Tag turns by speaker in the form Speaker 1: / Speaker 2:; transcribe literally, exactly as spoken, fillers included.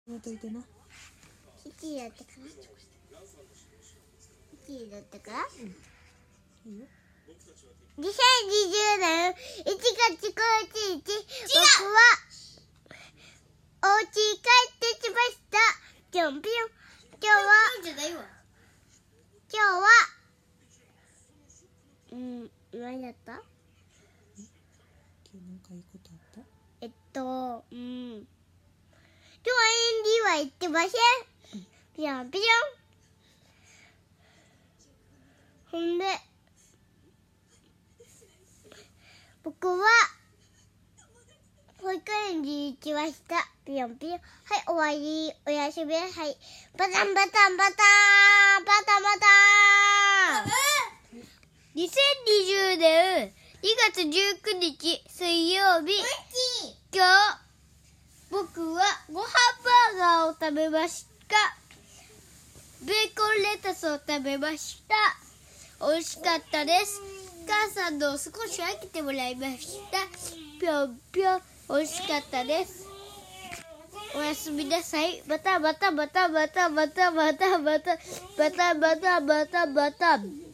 Speaker 1: めといてな。
Speaker 2: いちだったからいちだったから、うん、いいよ。にせんにじゅうねんいちがつこういちにち、僕はお家帰ってきました。ぴょんぴょん。今日は今日はうん何だった？
Speaker 1: 今日なんかいいことあった？
Speaker 2: えっとうん今日はインディは行ってません。ぴょんぴょん。ほんで僕は保育園に行きました。ぴよんぴよん。はい、終わり。おやすみ。はい。バタンバタンバタンバタンバタンにせんにじゅうねんにがつじゅうくにち水曜日。今日僕はご飯バーガーを食べました。ベーコンレタスを食べました。美味しかったです。母さんの少し分けてもらいました。ぴょんぴょん。美味しかったです。おやすみなさい。またまたまたまたまたまたまたまたまたまたまた。